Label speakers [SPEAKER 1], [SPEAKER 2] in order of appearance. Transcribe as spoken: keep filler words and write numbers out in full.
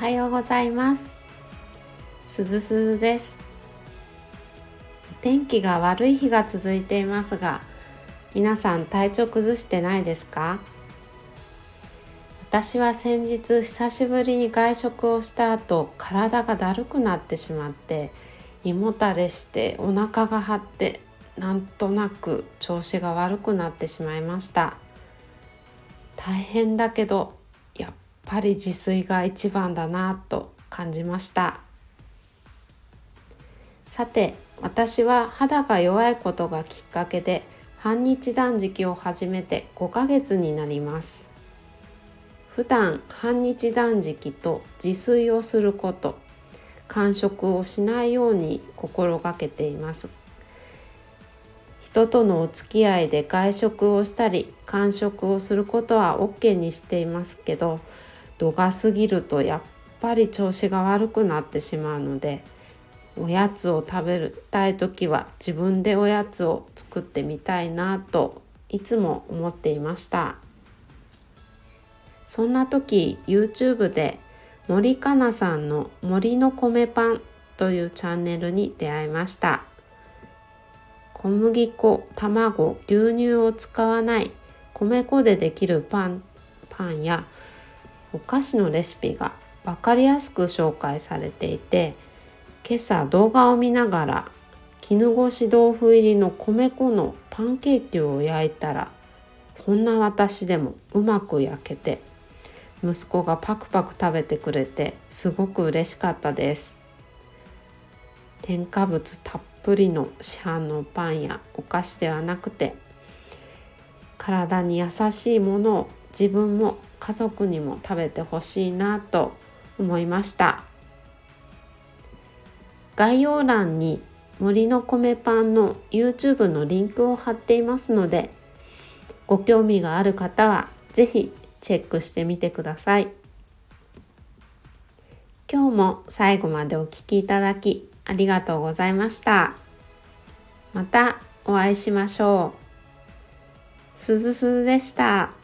[SPEAKER 1] はようございます。すずすずです。天気が悪い日が続いていますが、皆さん体調崩してないですか？私は先日久しぶりに外食をした後、体がだるくなってしまって胃もたれしてお腹が張って、なんとなく調子が悪くなってしまいました。大変だけどやっぱり自炊が一番だなと感じました。さて、私は肌が弱いことがきっかけで半日断食を始めてごかげつになります。普段半日断食と自炊をすること、間食をしないように心がけています。人とのお付き合いで外食をしたり間食をすることは OK にしていますけど、度が過ぎるとやっぱり調子が悪くなってしまうので、おやつを食べたいときは自分でおやつを作ってみたいなといつも思っていました。そんな時 YouTube で森かなさんの森の米パンというチャンネルに出会いました。小麦粉、卵、牛乳を使わない米粉でできるパン、パンやお菓子のレシピが分かりやすく紹介されていて、今朝動画を見ながら絹ごし豆腐入りの米粉のパンケーキを焼いたら、こんな私でもうまく焼けて、息子がパクパク食べてくれてすごく嬉しかったです。添加物たっぷりの市販のパンやお菓子ではなくて、体に優しいものを自分も家族にも食べてほしいなと思いました。概要欄に森の米パンの YouTube のリンクを貼っていますので、ご興味がある方はぜひチェックしてみてください。今日も最後までお聞きいただきありがとうございました。またお会いしましょう。すずすずでした。